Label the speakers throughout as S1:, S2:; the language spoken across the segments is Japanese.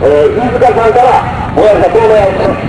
S1: 飯塚さんからご挨拶をお願いします。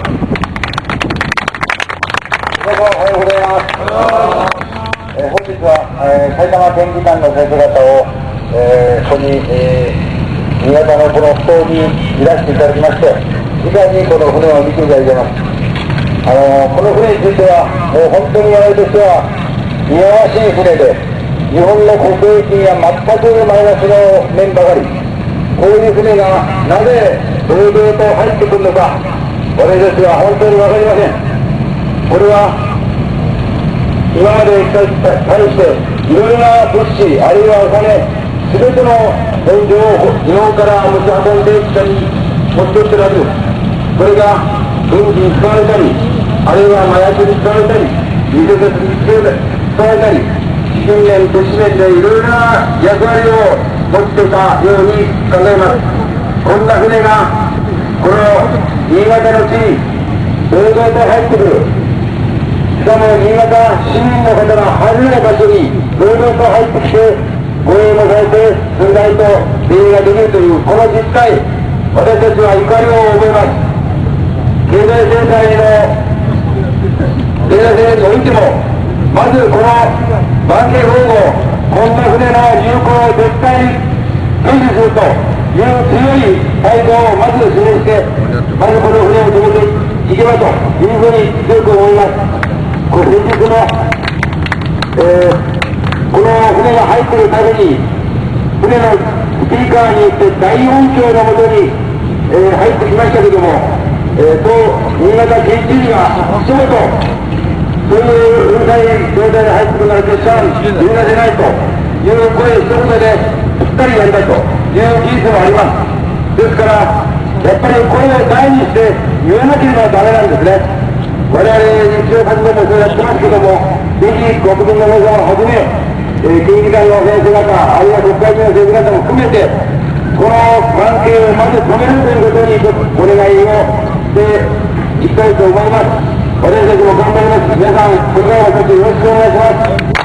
S1: 皆さんおはようございます。本日は、埼玉県議団の先生方を、ここに、新潟のこの埠頭にいらしていただきまして、実際にこの船を見ていただいています。この船については、もう本当に我々としては、忌まわしい船で、日本の国益には全くマイナスの面ばかり、こういう船がなぜ堂々と入ってくるのか、私たちは本当に分かりません。これは今まで対していろいろな物資あるいはお金全ての現状を日本から持ち運んできたり持ってってるはずです。これが軍事に使われたりあるいは麻薬に使われたり偽説に使われたり資金面都市面でいろいろな役割を持っていたように考えます。こんな船がこの新潟の地に堂々と入ってくる。しかも新潟市民の方が入れない場所に堂々と入ってきて護衛もされて寸大と出入りができるというこの実態、私たちは怒りを覚えます。経済制裁においてもまずこの番系保護こんな船の入港を絶対に拒否するという強い態度をまず示してまずこの船を止めていけばというふうに強く思います。先日の、この船が入っているために船のスピーカーによって大音響のもとに、入ってきましたけども、新潟県知事が一言そういううるさい状態で入ってくるなら決して許させないという声一言でぴったりやりたいという事実もあります。ですからやっぱり声を大にして言わなければダメなんですね。我々日常活動もそうやってますけども、ぜひ国民の皆様をはじめ、県議会の先生方、あるいは国会議員の先生方も含めて、この関係をまず止めるということにお願いをしていきたいと思います。私たちも頑張ります。皆さん、これからもよろしくお願いします。